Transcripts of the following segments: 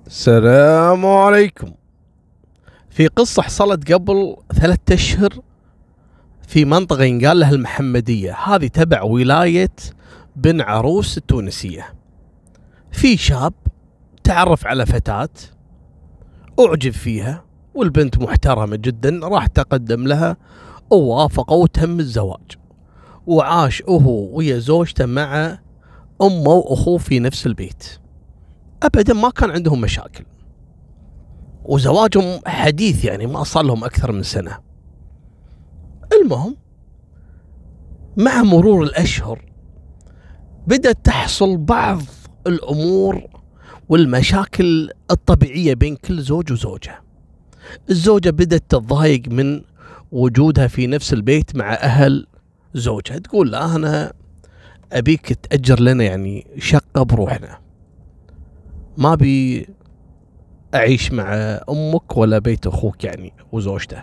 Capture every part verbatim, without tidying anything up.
السلام عليكم. في قصة حصلت قبل ثلاثة أشهر في منطقة ينقال لها المحمدية، هذه تبع ولاية بن عروس التونسية. في شاب تعرف على فتاة، أعجب فيها، والبنت محترمة جدا، راح تقدم لها ووافقوا وتم الزواج، وعاش هو ويا زوجته مع أمه وأخوه في نفس البيت. أبدا ما كان عندهم مشاكل، وزواجهم حديث يعني ما صار لهم أكثر من سنة. المهم مع مرور الأشهر بدأت تحصل بعض الأمور والمشاكل الطبيعية بين كل زوج وزوجة. الزوجة بدأت تتضايق من وجودها في نفس البيت مع أهل زوجها، تقول لا أنا أبيك تأجر لنا يعني شقة بروحنا، ما بي أعيش مع أمك ولا بيت أخوك يعني وزوجته.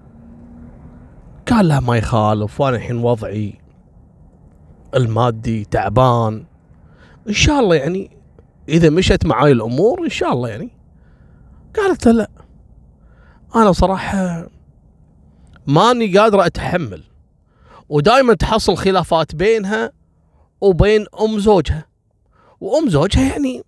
قال لا ما يخالف، وأنا الحين وضعي المادي تعبان، إن شاء الله يعني إذا مشت معاي الأمور إن شاء الله يعني. قالت لا أنا صراحة ماني قادرة أتحمل، ودائما تحصل خلافات بينها وبين أم زوجها، وأم زوجها يعني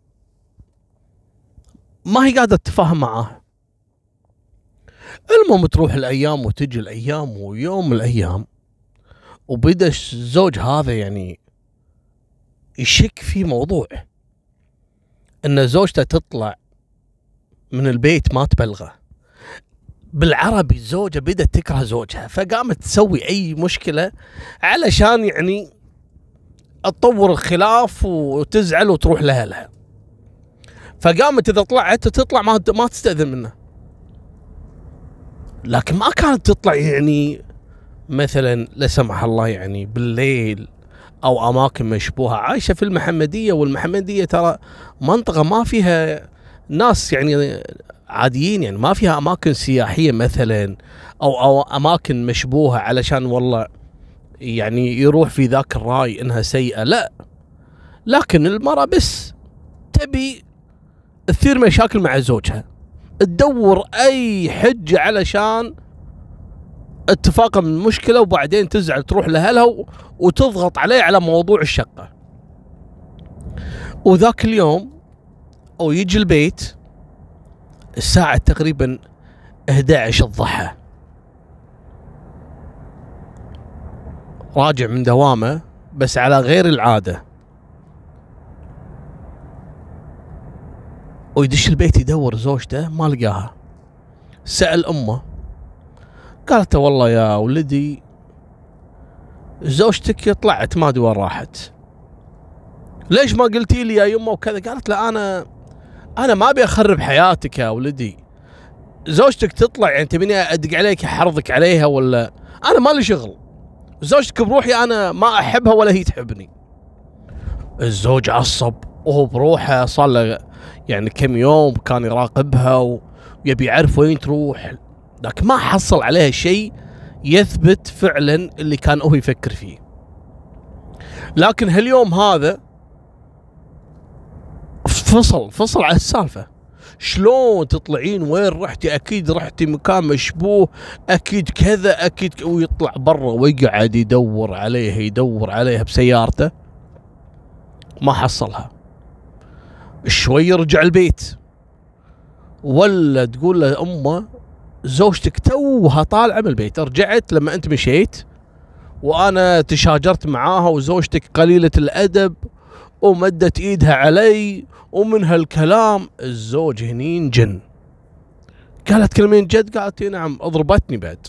ما هي قادرة تتفاهم معاها. المهم تروح الأيام وتجي الأيام، ويوم من الأيام وبدأ الزوج هذا يعني يشك في موضوع إن زوجته تطلع من البيت ما تبلغه. بالعربي الزوجة بدأت تكره زوجها، فقامت تسوي أي مشكلة علشان يعني تطور الخلاف وتزعل وتروح لأهلها. فقامت إذا طلعت تطلع ما ما تستأذن منه، لكن ما كانت تطلع يعني مثلا لا سمح الله يعني بالليل أو أماكن مشبوهة. عايشة في المحمدية، والمحمدية ترى منطقة ما فيها ناس يعني عاديين، يعني ما فيها أماكن سياحية مثلا أو أو أماكن مشبوهة علشان والله يعني يروح في ذاك الرأي إنها سيئة، لا. لكن المرأة بس تبي تثير مشاكل مع زوجها، تدور أي حجة علشان اتفاقا من المشكلة، وبعدين تزعل تروح لأهلها وتضغط عليه على موضوع الشقة. وذاك اليوم أو يجي البيت الساعة تقريبا إحدى عشرة الضحى، راجع من دوامه بس على غير العادة، ويدش البيت يدور زوجته ما لقاها. سأل أمه، قالت والله يا ولدي زوجتك طلعت ما ادري وين راحت، ليش ما قلتي لي يا يمه وكذا؟ قالت لا انا انا ما ابي اخرب حياتك يا ولدي، زوجتك تطلع يعني تبيني ادق عليك احرضك عليها؟ ولا انا ما لي شغل، زوجتك بروحي انا ما احبها ولا هي تحبني. الزوج عصب وهو بروحه، صار له يعني كم يوم كان يراقبها ويبي يعرف وين تروح، لكن ما حصل عليها شيء يثبت فعلا اللي كان هو يفكر فيه. لكن هاليوم هذا فصل فصل على السالفة، شلون تطلعين؟ وين رحتي؟ اكيد رحتي مكان مشبوه، اكيد كذا اكيد ك... ويطلع برا ويقعد يدور عليها يدور عليها بسيارته، ما حصلها. شوي رجع البيت، ولا تقول له امه زوجتك توها طالعه من البيت، رجعت لما انت مشيت وانا تشاجرت معاها وزوجتك قليله الادب ومدت ايدها علي ومن هالكلام. الزوج هنين جن. قالت كلمين جد؟ قالت نعم اضربتني بعد.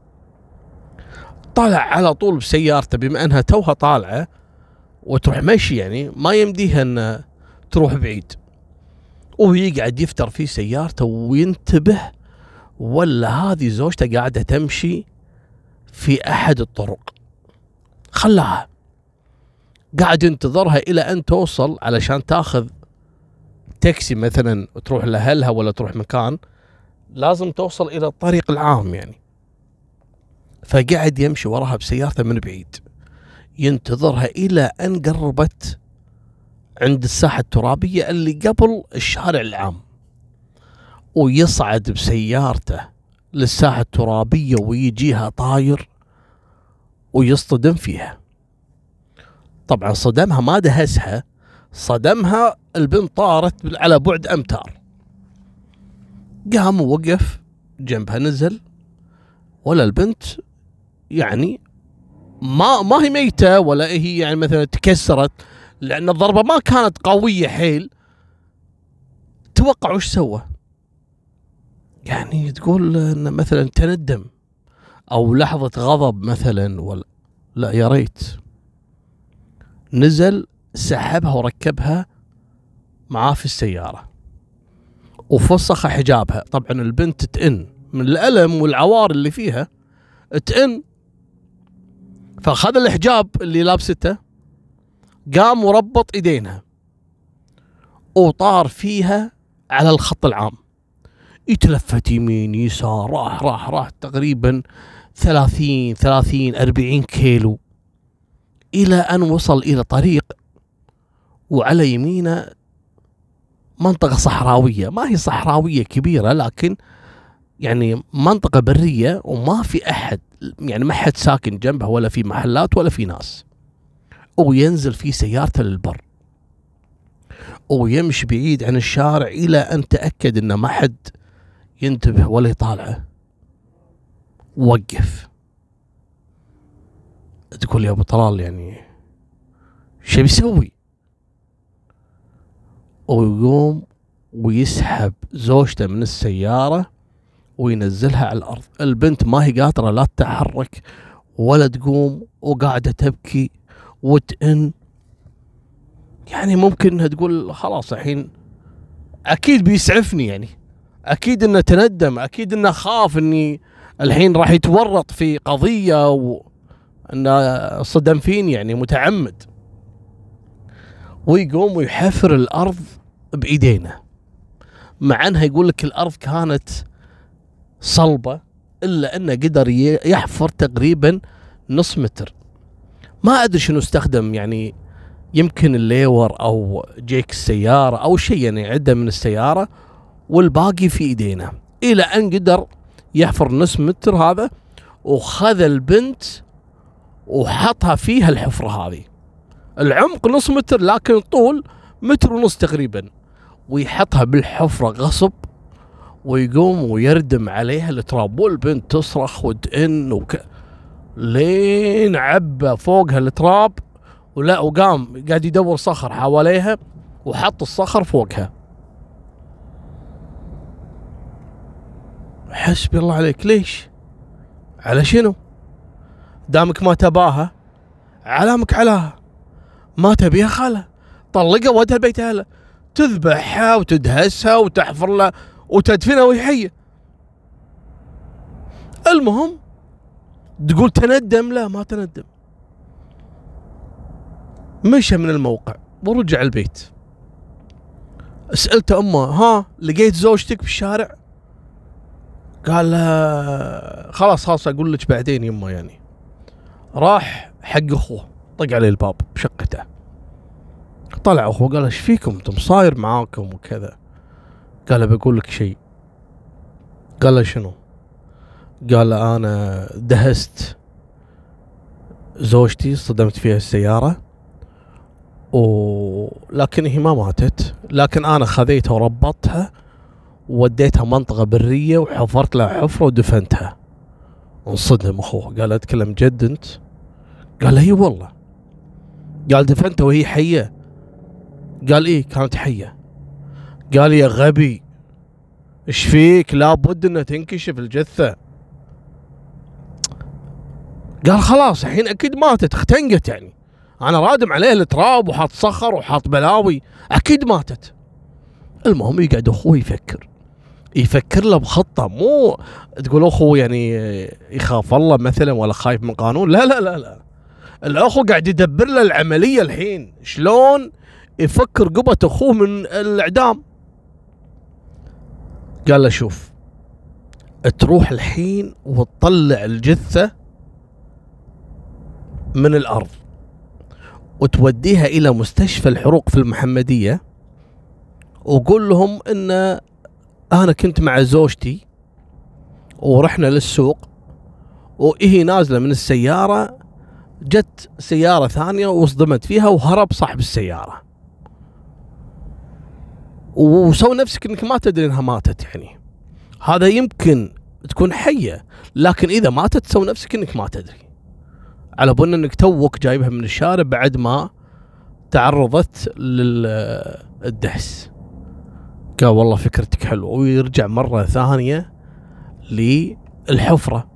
طلع على طول بسيارته، بما انها توها طالعه وتروح مشي يعني ما يمديها ان تروح بعيد، ويقعد يفتر في سيارته وينتبه، ولا هذه زوجته قاعده تمشي في احد الطرق. خلاها قاعد ينتظرها الى ان توصل علشان تاخذ تاكسي مثلا وتروح لاهلها ولا تروح مكان، لازم توصل الى الطريق العام يعني. فقعد يمشي وراها بسيارته من بعيد، ينتظرها الى ان قربت عند الساحة الترابية اللي قبل الشارع العام. ويصعد بسيارته للساحة الترابية ويجيها طاير ويصطدم فيها. طبعا صدمها ما دهسها، صدمها البنت طارت على بعد أمتار. قام ووقف جنبها، نزل، ولا البنت يعني ما ما هي ميتة ولا هي يعني مثلا تكسرت، لأن الضربة ما كانت قوية حيل. توقع وش سوى؟ يعني تقول إنه مثلا تندم أو لحظة غضب مثلا، ولا لا، يا ريت. نزل سحبها وركبها معاه في السيارة وفسخ حجابها. طبعا البنت تئن من الألم والعوار اللي فيها، تئن. فأخذ الحجاب اللي لابسته، قام وربط ايدينها وطار فيها على الخط العام، يتلفت يمين يسار، راح راح راح تقريبا ثلاثين ثلاثين أربعين كيلو، إلى أن وصل إلى طريق وعلى يمينه منطقة صحراوية. ما هي صحراوية كبيرة، لكن يعني منطقة برية وما في أحد، يعني ما حد ساكن جنبها ولا في محلات ولا في ناس. وينزل في سيارته للبر ويمشي بعيد عن الشارع إلى أن تأكد أن ما حد ينتبه ولا يطالعه. وقف. تقول يا أبو طلال يعني شو بيسوي؟ ويقوم ويسحب زوجته من السيارة وينزلها على الأرض. البنت ما هي قادرة لا تتحرك ولا تقوم، وقاعدة تبكي وتئن. يعني ممكن انها تقول خلاص الحين اكيد بيسعفني، يعني اكيد انه تندم، اكيد انه خاف اني الحين راح يتورط في قضية وانه صدم فيني يعني متعمد. ويقوم ويحفر الارض بايدينه، مع انها يقول لك الارض كانت صلبة، الا انه قدر يحفر تقريبا نص متر. ما ادري شنو استخدم، يعني يمكن الليور او جيك السيارة او شيء، يعني عدة من السيارة، والباقي في ايدينا، الى ان قدر يحفر نص متر هذا. وخذ البنت وحطها فيها الحفرة هذه، العمق نص متر لكن الطول متر ونص تقريبا، ويحطها بالحفرة غصب، ويقوم ويردم عليها التراب، والبنت تصرخ وتئن وك... لين عبى فوقها التراب. ولا وقام قاعد يدور صخر حواليها وحط الصخر فوقها. حسبي الله عليك، ليش؟ على شنو؟ دامك ما تباها علامك علاها، ما تبيها خالها، طلقها ودها البيت اهلها، تذبحها وتدهسها وتحفر لها وتدفنها وهي حيه. المهم تقول تندم، لا ما تندم. مشى من الموقع ورجع البيت. سألت أمه ها لقيت زوجتك بالشارع؟ قال لها خلاص خلاص أقول لك بعدين يمه. يعني راح حق أخوه، طق عليه الباب بشقته. طلع أخوه قال ايش فيكم انتم، صاير معاكم وكذا؟ قال بقول لك شيء. قال له شنو؟ قال أنا دهست زوجتي، صدمت فيها السيارة، ولكن هي ما ماتت، لكن أنا خذيتها وربطتها ووديتها منطقة برية وحفرت لها حفرة ودفنتها. انصدم أخوه، قال أتكلم جد أنت؟ قال له اي والله. قال دفنتها وهي حية؟ قال إيه كانت حية. قال يا غبي ايش فيك، لابد انها تنكشف الجثة. قال خلاص الحين اكيد ماتت، اختنقت، يعني انا رادم عليها التراب وحاط صخر وحاط بلاوي، اكيد ماتت. المهم يقعد اخوه يفكر يفكر له بخطة، مو تقول اخوه يعني يخاف الله مثلا ولا خايف من قانون، لا لا لا لا، الاخو قاعد يدبر له العملية الحين شلون يفكر قبة اخوه من الاعدام. قال له شوف، تروح الحين وتطلع الجثة من الأرض وتوديها إلى مستشفى الحروق في المحمدية، وقول لهم إن انا كنت مع زوجتي ورحنا للسوق، وهي نازله من السياره جت سياره ثانيه وصدمت فيها وهرب صاحب السياره، وسوي نفسك انك ما تدري انها ماتت. يعني هذا يمكن تكون حيه، لكن اذا ماتت تسوي نفسك انك ما تدري، على بن انك توك جايبها من الشارع بعد ما تعرضت للدهس. قال والله فكرتك حلوه، ويرجع مره ثانيه للحفره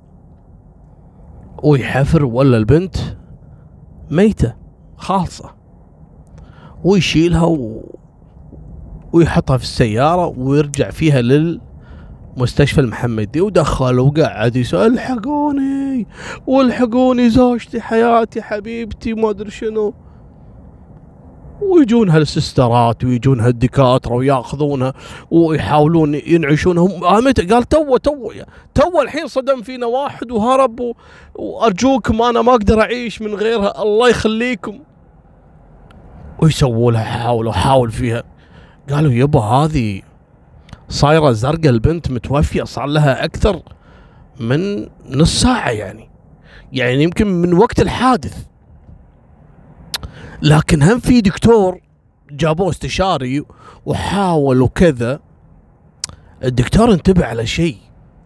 ويحفر، ولا البنت ميته خالصه، ويشيلها و... ويحطها في السياره ويرجع فيها للمستشفى المحمدي، ودخل وقعد يسأل الحقوني والحقوني زوجتي حياتي حبيبتي ما ادري شنو، ويجونها السسترات ويجونها الدكاتره وياخذونها ويحاولون ينعشونهم. قال تو تو تو الحين صدم فينا واحد وهرب و... وارجوكم انا ما اقدر اعيش من غيرها الله يخليكم. ويسووا لها حاولوا حاول فيها، قالوا يبا هذه صايره زرقاء، البنت متوفيه صار لها اكثر من نص ساعه، يعني يعني يمكن من وقت الحادث. لكن هم في دكتور جابوه استشاري وحاول وكذا، الدكتور انتبه على شيء.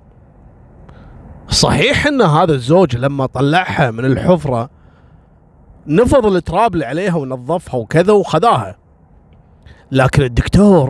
صحيح ان هذا الزوج لما طلعها من الحفرة نفض التراب اللي عليها ونظفها وكذا وخذاها، لكن الدكتور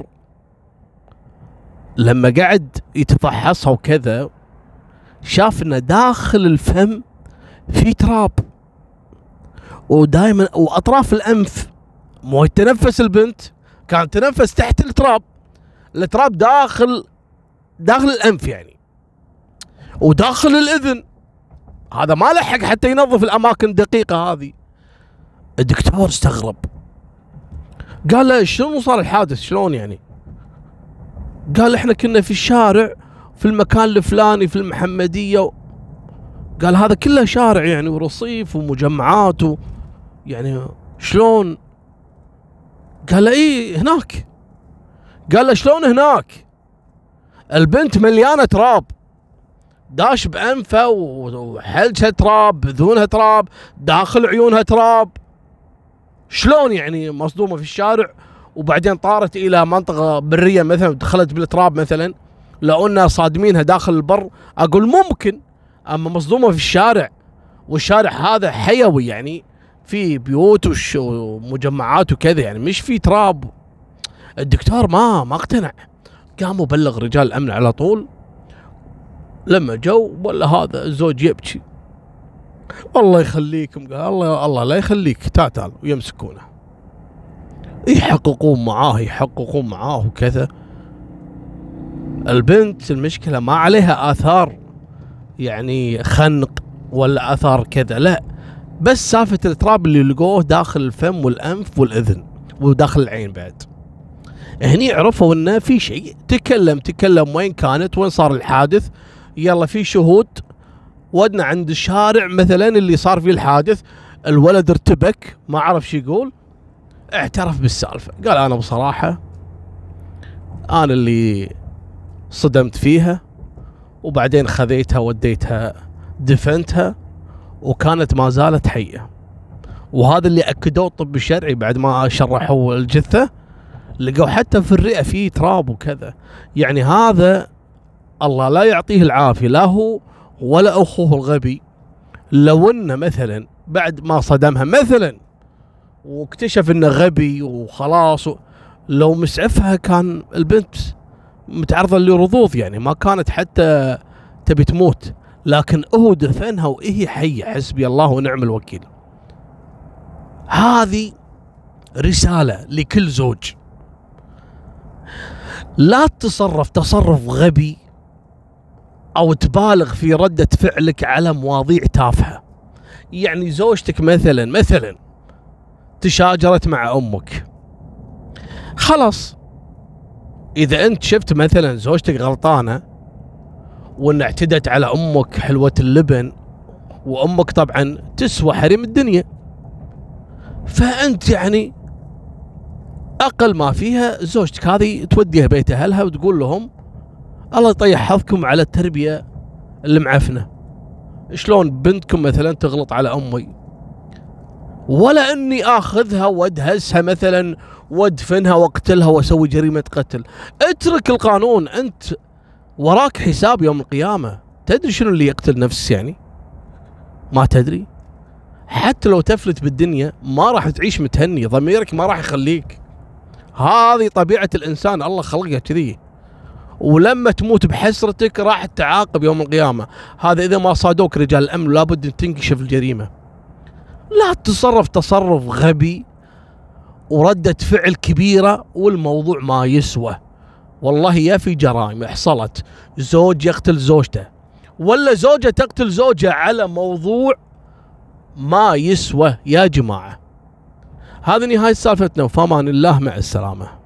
لما قعد يتفحصها وكذا شاف ان داخل الفم في تراب، ودائما واطراف الانف مو يتنفس البنت كانت تنفس تحت التراب، التراب داخل داخل الانف يعني، وداخل الاذن. هذا ما لحق حتى ينظف الاماكن الدقيقه هذه. الدكتور استغرب، قال له شلون صار الحادث شلون يعني؟ قال احنا كنا في الشارع في المكان الفلاني في المحمديه. قال هذا كله شارع يعني ورصيف ومجمعات و يعني شلون؟ قال له ايه هناك. قال له شلون هناك؟ البنت مليانه تراب، داش بانفه وحلجها تراب، اذنها تراب، داخل عيونها تراب. شلون يعني مصدومه في الشارع وبعدين طارت الى منطقه بريه مثلا ودخلت بالتراب مثلا؟ لو انها صادمينها داخل البر اقول ممكن، اما مصدومه في الشارع، والشارع هذا حيوي يعني في بيوت ومجمعات وكذا يعني مش في تراب. الدكتور ما ما اقتنع، قاموا بلغ رجال الامن على طول. لما جو ولا هذا الزوج يبكي، الله يخليكم، قال الله الله لا يخليك تعال تعال، ويمسكونه يحققون معاه يحققون معاه وكذا. البنت المشكله ما عليها اثار يعني خنق ولا اثار كذا، لا بس سالفه التراب اللي لقوه داخل الفم والانف والاذن وداخل العين بعد. هني عرفوا انه في شيء. تكلم تكلم وين كانت وين صار الحادث، يلا في شهود، ودنا عند الشارع مثلا اللي صار فيه الحادث. الولد ارتبك ما عرف شو يقول، اعترف بالسالفه، قال انا بصراحه انا اللي صدمت فيها وبعدين خذيتها وديتها دفنتها وكانت ما زالت حيه. وهذا اللي اكدوه الطب الشرعي بعد ما شرحوا الجثه، لقوا حتى في الرئه فيه تراب وكذا. يعني هذا الله لا يعطيه العافيه لا هو ولا اخوه الغبي، لو انه مثلا بعد ما صدمها مثلا واكتشف انه غبي وخلاص، لو مسعفها كان البنت متعرضه لرضوض يعني ما كانت حتى تبي تموت، لكن هو دفنها وهي حيه. حسبي الله ونعم الوكيل. هذه رساله لكل زوج، لا تتصرف تصرف غبي او تبالغ في ردة فعلك على مواضيع تافهة. يعني زوجتك مثلا مثلا تشاجرت مع امك، خلاص اذا انت شفت مثلا زوجتك غلطانة وان اعتدت على امك حلوة اللبن، وامك طبعا تسوى حريم الدنيا، فانت يعني اقل ما فيها زوجتك هذه توديها بيت اهلها وتقول لهم الله يطيح حظكم على التربية المعفنة. شلون بنتكم مثلا تغلط على امي، ولا اني اخذها وادهسها مثلا وادفنها واقتلها واسوي جريمة قتل. اترك القانون، انت وراك حساب يوم القيامة. تدري شنو اللي يقتل نفس يعني؟ ما تدري؟ حتى لو تفلت بالدنيا ما راح تعيش متهني، ضميرك ما راح يخليك. هذه طبيعة الانسان، الله خلقها كذي. ولما تموت بحسرتك راح تعاقب يوم القيامة. هذا اذا ما صادوك رجال الامن، لابد ان تنكشف الجريمة. لا تتصرف تصرف غبي وردة فعل كبيرة والموضوع ما يسوى. والله يا في جرائم حصلت، زوج يقتل زوجته ولا زوجة تقتل زوجها على موضوع ما يسوى يا جماعة. هذه نهاية سالفتنا، وفامان الله، مع السلامة.